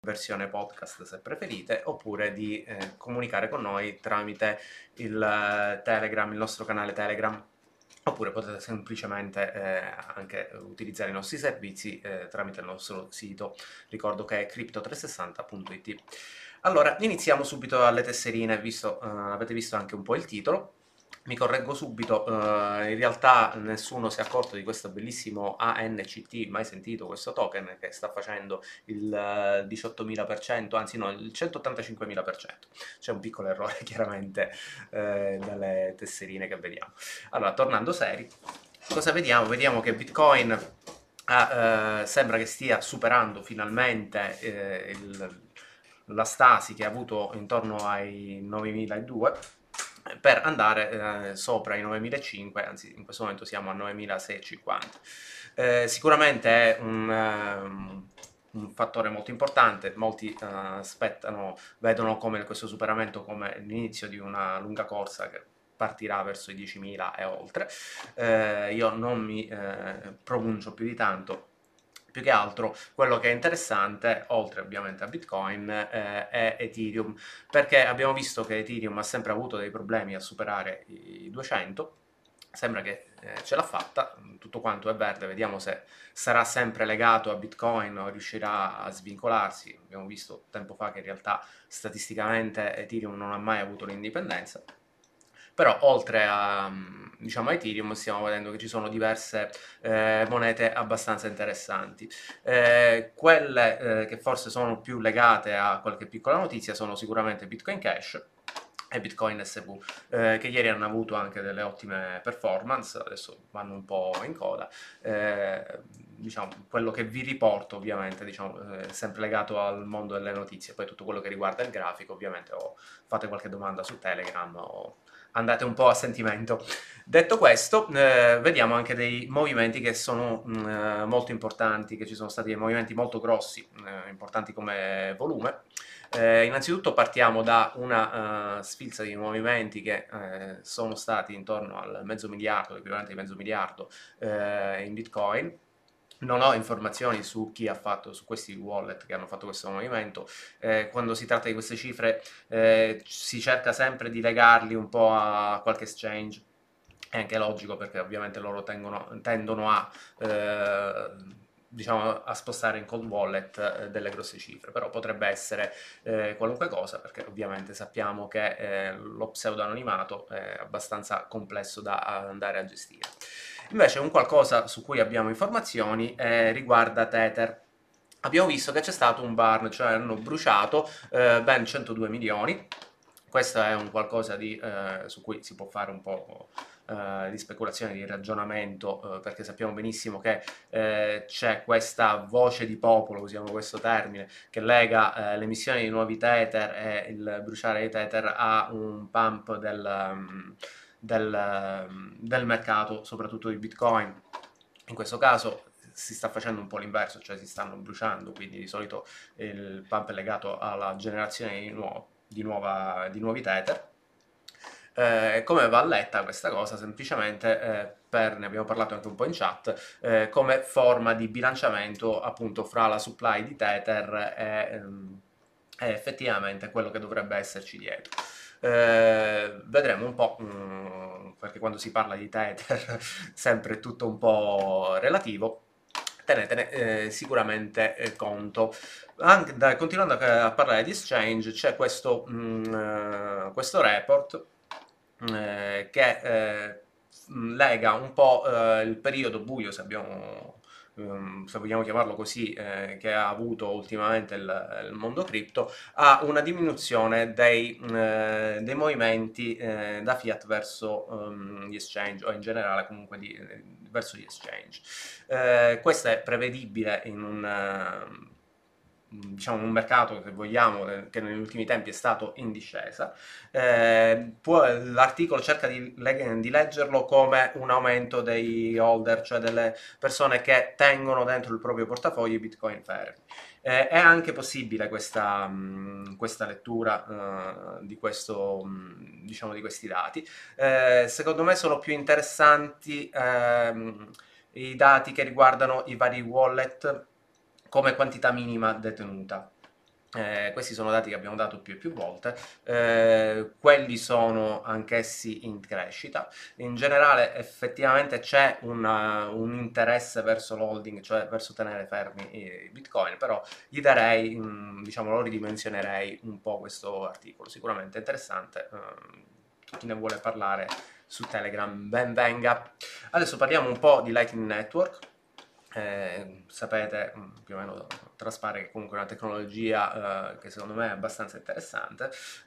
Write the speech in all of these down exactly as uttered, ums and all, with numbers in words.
versione podcast se preferite, oppure di eh, comunicare con noi tramite il eh, Telegram, il nostro canale Telegram, oppure potete semplicemente eh, anche utilizzare i nostri servizi eh, tramite il nostro sito. Ricordo che è crypto trecentosessanta punto it. Allora, iniziamo subito alle tesserine, visto, eh, avete visto anche un po' il titolo. Mi correggo subito, eh, in realtà nessuno si è accorto di questo bellissimo A N C T, mai sentito questo token che sta facendo il eh, diciottomila per cento, anzi no, il centottantacinquemila per cento. C'è un piccolo errore chiaramente eh, dalle tesserine che vediamo. Allora, tornando seri, cosa vediamo? Vediamo che Bitcoin ha, eh, sembra che stia superando finalmente eh, il, la stasi che ha avuto intorno ai novemiladuecento per andare eh, sopra i novemilacinquecento, anzi in questo momento siamo a novemilaseicentocinquanta. Eh, sicuramente è un, um, un fattore molto importante, molti uh, aspettano, vedono come questo superamento come l'inizio di una lunga corsa che partirà verso i diecimila e oltre. Eh, io non mi eh, pronuncio più di tanto. Più che altro quello che è interessante, oltre ovviamente a Bitcoin, eh, è Ethereum, perché abbiamo visto che Ethereum ha sempre avuto dei problemi a superare i duecento, sembra che eh, ce l'ha fatta, tutto quanto è verde, vediamo se sarà sempre legato a Bitcoin o riuscirà a svincolarsi. Abbiamo visto tempo fa che in realtà statisticamente Ethereum non ha mai avuto l'indipendenza. Però oltre a, diciamo, a Ethereum stiamo vedendo che ci sono diverse eh, monete abbastanza interessanti. Eh, quelle eh, che forse sono più legate a qualche piccola notizia sono sicuramente Bitcoin Cash e Bitcoin S V, eh, che ieri hanno avuto anche delle ottime performance, adesso vanno un po' in coda. Eh, diciamo, quello che vi riporto ovviamente diciamo, è sempre legato al mondo delle notizie, poi tutto quello che riguarda il grafico ovviamente o fate qualche domanda su Telegram o andate un po' a sentimento. Detto questo, eh, vediamo anche dei movimenti che sono mh, eh, molto importanti, che ci sono stati dei movimenti molto grossi, eh, importanti come volume. Eh, innanzitutto partiamo da una uh, sfilza di movimenti che eh, sono stati intorno al mezzo miliardo, l'equivalente di mezzo miliardo eh, in Bitcoin. Non ho informazioni su chi ha fatto, su questi wallet che hanno fatto questo movimento. Eh, quando si tratta di queste cifre eh, si cerca sempre di legarli un po' a qualche exchange. È anche logico perché ovviamente loro tengono, tendono a, eh, diciamo, a spostare in cold wallet eh, delle grosse cifre, però potrebbe essere eh, qualunque cosa perché ovviamente sappiamo che eh, lo pseudo-anonimato è abbastanza complesso da andare a gestire. Invece un qualcosa su cui abbiamo informazioni eh, riguarda Tether. Abbiamo visto che c'è stato un burn, cioè hanno bruciato eh, ben centodue milioni. Questo è un qualcosa di, eh, su cui si può fare un po' eh, di speculazione, di ragionamento, eh, perché sappiamo benissimo che eh, c'è questa voce di popolo, usiamo questo termine, che lega eh, l'emissione di nuovi Tether e il bruciare dei Tether a un pump del, um, del, um, del mercato, soprattutto di Bitcoin. In questo caso si sta facendo un po' l'inverso, cioè si stanno bruciando, quindi di solito il pump è legato alla generazione di, nuovo, di, nuova, di nuovi Tether. Eh, come va letta questa cosa? Semplicemente eh, per, ne abbiamo parlato anche un po' in chat, eh, come forma di bilanciamento appunto fra la supply di Tether e, ehm, e effettivamente quello che dovrebbe esserci dietro. Eh, vedremo un po', mh, perché quando si parla di Tether sempre è tutto un po' relativo. Tenetene eh, sicuramente eh, conto. Anche da- continuando a, a parlare di exchange, c'è questo, mh, eh, questo report eh, che eh, lega un po' eh, il periodo buio, se abbiamo, ehm, se vogliamo chiamarlo così, eh, che ha avuto ultimamente il, il mondo cripto, a una diminuzione dei, eh, dei movimenti eh, da fiat verso um, gli exchange o in generale comunque di, verso gli exchange. Eh, questo è prevedibile in un, eh, diciamo, un mercato, se vogliamo, eh, che negli ultimi tempi è stato in discesa. Eh, può- l'articolo cerca di, leg- di leggerlo come un aumento dei holder, cioè delle persone che tengono dentro il proprio portafoglio i bitcoin fermi. Eh, è anche possibile questa, mh, questa lettura eh, di, questo, mh, diciamo, di questi dati. Eh, secondo me sono più interessanti ehm, i dati che riguardano i vari wallet come quantità minima detenuta. Eh, questi sono dati che abbiamo dato più e più volte, eh, quelli sono anch'essi in crescita. In generale effettivamente c'è una- un interesse verso l'holding, cioè verso tenere fermi i Bitcoin, però gli darei, mh, diciamo, lo ridimensionerei un po' questo articolo, sicuramente interessante, ehm, chi ne vuole parlare su Telegram ben venga. Adesso parliamo un po' di Lightning Network. Eh, sapete, mh, più o meno traspare che comunque è una tecnologia eh, che secondo me è abbastanza interessante,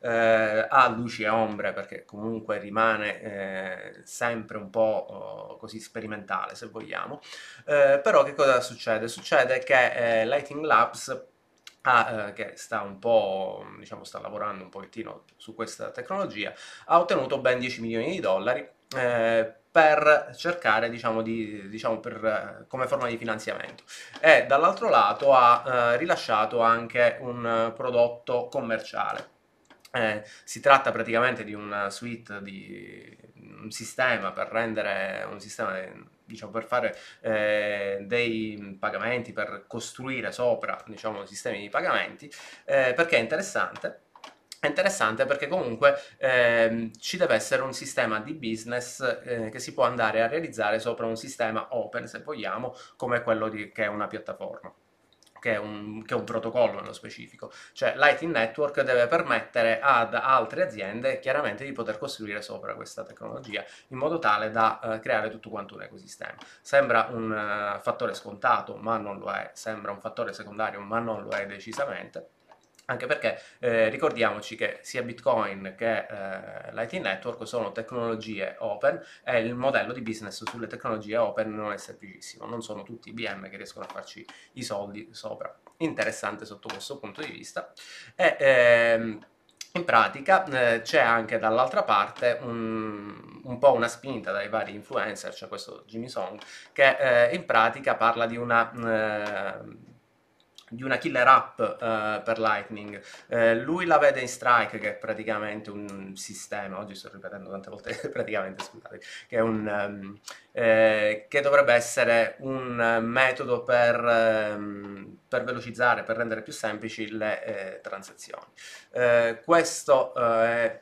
eh, ha luci e ombre perché comunque rimane eh, sempre un po' oh, così sperimentale se vogliamo, eh, però che cosa succede? Succede che eh, Lighting Labs ha, eh, che sta un po', diciamo, sta lavorando un pochettino su questa tecnologia, ha ottenuto ben dieci milioni di dollari eh, per cercare, diciamo, di, diciamo per, eh, come forma di finanziamento. E dall'altro lato ha eh, rilasciato anche un eh, prodotto commerciale. Eh, si tratta praticamente di una suite di un sistema per rendere un sistema, diciamo, per fare eh, dei pagamenti, per costruire sopra, diciamo, sistemi di pagamenti, eh, perché è interessante. È interessante perché comunque ehm, ci deve essere un sistema di business eh, che si può andare a realizzare sopra un sistema open, se vogliamo, come quello di, che è una piattaforma. Che è, un, che è un protocollo nello specifico, cioè Lightning Network deve permettere ad altre aziende chiaramente di poter costruire sopra questa tecnologia in modo tale da uh, creare tutto quanto un ecosistema. Sembra un uh, fattore scontato, ma non lo è, sembra un fattore secondario, ma non lo è decisamente. Anche perché eh, ricordiamoci che sia Bitcoin che eh, Lightning Network sono tecnologie open e il modello di business sulle tecnologie open non è semplicissimo, non sono tutti I B M che riescono a farci i soldi sopra. Interessante sotto questo punto di vista. E, ehm, in pratica eh, c'è anche dall'altra parte un, un po' una spinta dai vari influencer, c'è questo Jimmy Song, che eh, in pratica parla di una... Eh, di una killer app eh, per Lightning. Eh, lui la vede in Strike, che è praticamente un sistema, oggi sto ripetendo tante volte praticamente, scusate, che è un um, eh, che dovrebbe essere un metodo per, ehm, per velocizzare, per rendere più semplici le eh, transazioni. Eh, questo eh, è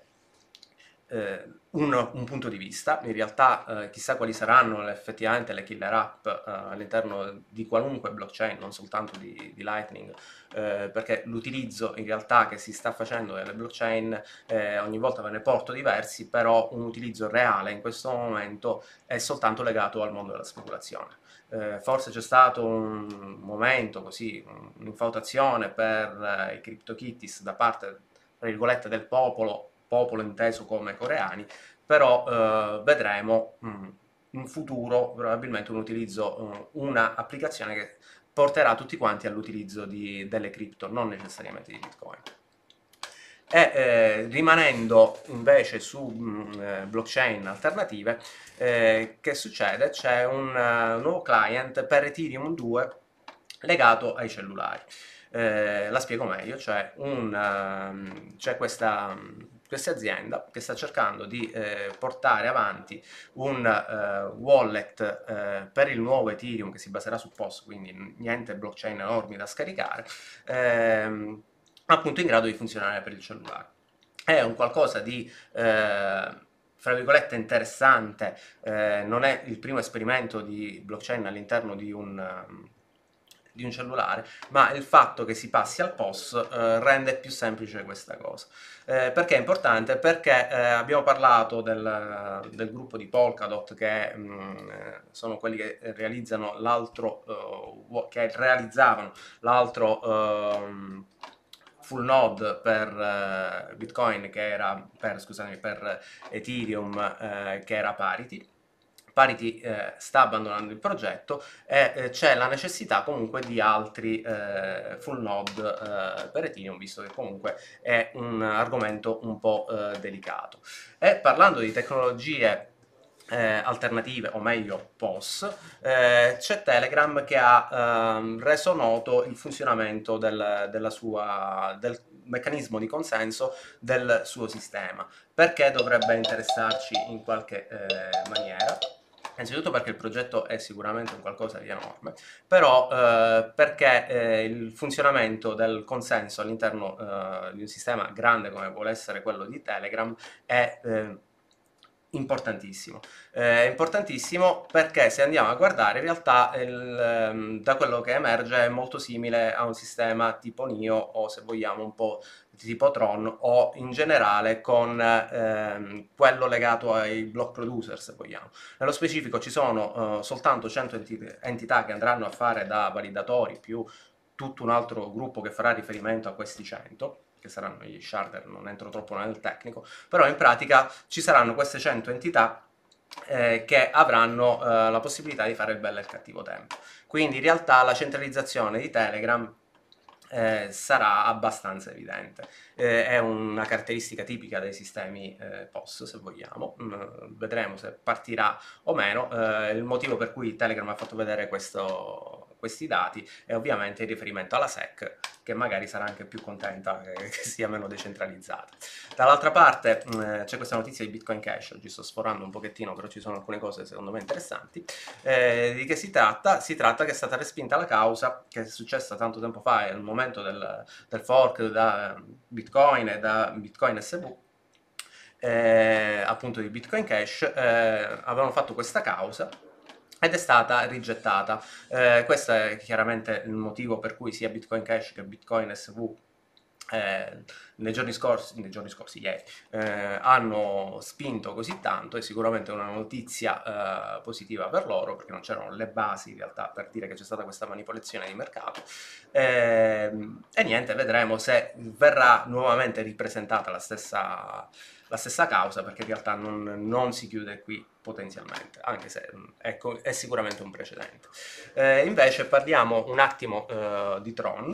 eh, un, un punto di vista, in realtà eh, chissà quali saranno le- effettivamente le killer app eh, all'interno di qualunque blockchain, non soltanto di, di Lightning, eh, perché l'utilizzo in realtà che si sta facendo delle blockchain eh, ogni volta ve ne porto diversi, però un utilizzo reale in questo momento è soltanto legato al mondo della speculazione. Eh, forse c'è stato un momento così, un'infautazione per eh, i CryptoKitties da parte, tra virgolette, del popolo, popolo inteso come coreani, però eh, vedremo mh, in futuro probabilmente un utilizzo, uh, una applicazione che porterà tutti quanti all'utilizzo di, delle cripto, non necessariamente di Bitcoin. E eh, rimanendo invece su mh, eh, blockchain alternative, eh, che succede? C'è un uh, nuovo client per Ethereum due legato ai cellulari. Eh, la spiego meglio, cioè un, um, c'è questa, questa azienda che sta cercando di eh, portare avanti un uh, wallet eh, per il nuovo Ethereum che si baserà su P O S, quindi niente blockchain enormi da scaricare, ehm, appunto in grado di funzionare per il cellulare. È un qualcosa di, eh, fra virgolette, interessante, eh, non è il primo esperimento di blockchain all'interno di un, um, di un cellulare, ma il fatto che si passi al P O S eh, rende più semplice questa cosa. Eh, perché è importante? Perché eh, abbiamo parlato del, del gruppo di Polkadot che mh, sono quelli che realizzano l'altro, uh, che realizzavano l'altro uh, full node per uh, Bitcoin che era per, scusami, per Ethereum eh, che era Parity. Parity eh, sta abbandonando il progetto e eh, c'è la necessità comunque di altri eh, full node eh, per Ethereum, visto che comunque è un argomento un po' eh, delicato. E parlando di tecnologie eh, alternative, o meglio P O S, eh, c'è Telegram che ha ehm, reso noto il funzionamento del, della sua, del meccanismo di consenso del suo sistema. Perché dovrebbe interessarci in qualche eh, maniera? Innanzitutto perché il progetto è sicuramente un qualcosa di enorme, però eh, perché eh, il funzionamento del consenso all'interno eh, di un sistema grande come vuole essere quello di Telegram è eh, importantissimo. Eh, È importantissimo perché se andiamo a guardare in realtà il, ehm, da quello che emerge è molto simile a un sistema tipo Neo o se vogliamo un po' tipo Tron o in generale con ehm, quello legato ai block producer se vogliamo. Nello specifico ci sono eh, soltanto cento enti- entità che andranno a fare da validatori più tutto un altro gruppo che farà riferimento a questi cento, che saranno gli sharder, non entro troppo nel tecnico, però in pratica ci saranno queste cento entità eh, che avranno eh, la possibilità di fare il bello e il cattivo tempo. Quindi in realtà la centralizzazione di Telegram eh, sarà abbastanza evidente. Eh, è una caratteristica tipica dei sistemi eh, P O S, se vogliamo. Mm, vedremo se partirà o meno. Eh, il motivo per cui Telegram ha fatto vedere questo, questi dati è ovviamente il riferimento alla S E C, che magari sarà anche più contenta che, che sia meno decentralizzata. Dall'altra parte mh, c'è questa notizia di Bitcoin Cash, oggi sto sforando un pochettino, però ci sono alcune cose secondo me interessanti. Eh, di che si tratta? Si tratta che è stata respinta la causa, che è successa tanto tempo fa, al momento del, del fork da Bitcoin e da Bitcoin S V, eh, appunto di Bitcoin Cash, eh, avevano fatto questa causa ed è stata rigettata. Eh, questo è chiaramente il motivo per cui sia Bitcoin Cash che Bitcoin S V eh, nei giorni scorsi, nei giorni scorsi ieri, eh, hanno spinto così tanto, è sicuramente una notizia eh, positiva per loro, perché non c'erano le basi in realtà per dire che c'è stata questa manipolazione di mercato. Eh, e niente, vedremo se verrà nuovamente ripresentata la stessa, la stessa causa, perché in realtà non, non si chiude qui potenzialmente, anche se ecco, è sicuramente un precedente. Eh, invece parliamo un attimo eh, di Tron.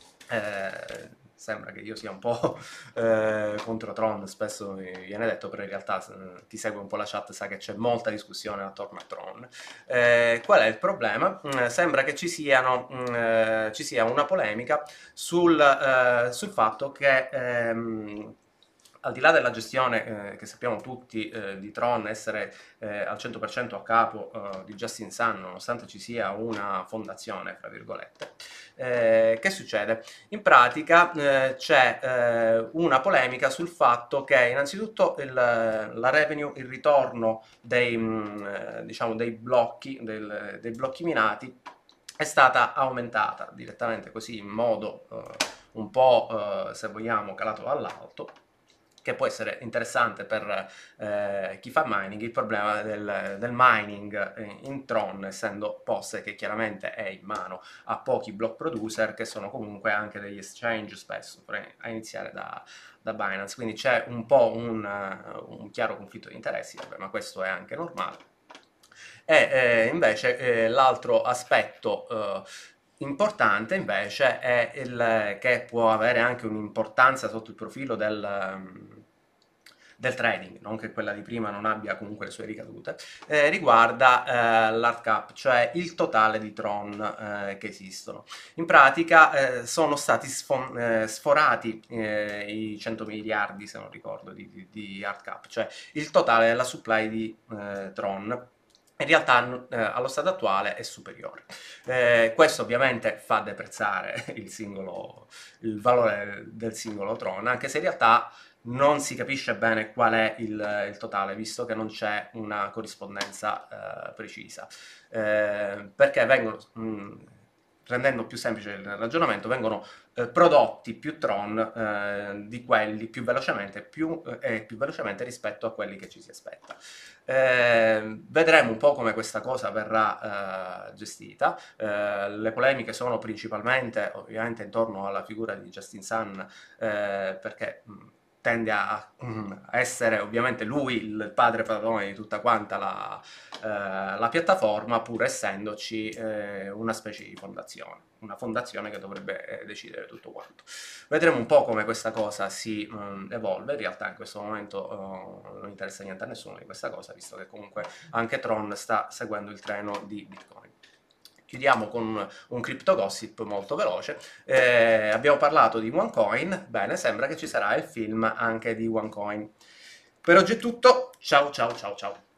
Eh, sembra che io sia un po' eh, contro Tron, spesso mi viene detto, però in realtà eh, chi segue un po' la chat sa che c'è molta discussione attorno a Tron. Eh, qual è il problema? Mm, sembra che ci, siano, mm, eh, ci sia una polemica sul, eh, sul fatto che ehm, al di là della gestione eh, che sappiamo tutti eh, di Tron essere eh, al cento per cento a capo eh, di Justin Sun, nonostante ci sia una fondazione, fra virgolette, eh, che succede? In pratica eh, c'è eh, una polemica sul fatto che innanzitutto il, la revenue, il ritorno dei, mh, diciamo, dei blocchi, del, dei blocchi minati è stata aumentata direttamente così in modo eh, un po', eh, se vogliamo, calato dall'alto, che può essere interessante per eh, chi fa mining. Il problema del, del mining in Tron, essendo P O S che chiaramente è in mano a pochi block producer, che sono comunque anche degli exchange spesso, a iniziare da, da Binance, quindi c'è un po' un, un chiaro conflitto di interessi, vabbè, ma questo è anche normale. E eh, invece eh, l'altro aspetto eh, importante invece è il che può avere anche un'importanza sotto il profilo del, um, del trading, non che quella di prima non abbia comunque le sue ricadute, eh, riguarda eh, l'hard cap, cioè il totale di Tron eh, che esistono. In pratica eh, sono stati sfo- eh, sforati eh, i cento miliardi, se non ricordo, di, di, di hard cap, cioè il totale della supply di eh, Tron. In realtà eh, allo stato attuale è superiore. Eh, questo ovviamente fa deprezzare il, singolo, il valore del singolo Tron, anche se in realtà non si capisce bene qual è il, il totale, visto che non c'è una corrispondenza eh, precisa. Eh, perché vengono, mh, rendendo più semplice il ragionamento, vengono eh, prodotti più Tron eh, di quelli più velocemente, più, eh, più velocemente rispetto a quelli che ci si aspetta. Eh, vedremo un po' come questa cosa verrà eh, gestita. Eh, le polemiche sono principalmente ovviamente intorno alla figura di Justin Sun, eh, perché mh, tende a, a essere ovviamente lui il padre padrone di tutta quanta la, eh, la piattaforma, pur essendoci eh, una specie di fondazione, una fondazione che dovrebbe eh, decidere tutto quanto. Vedremo un po' come questa cosa si um, evolve. In realtà in questo momento uh, non interessa niente a nessuno di questa cosa, visto che comunque anche Tron sta seguendo il treno di Bitcoin. Chiudiamo con un crypto gossip molto veloce. Eh, abbiamo parlato di OneCoin, bene, sembra che ci sarà il film anche di OneCoin. Per oggi è tutto, ciao ciao ciao ciao.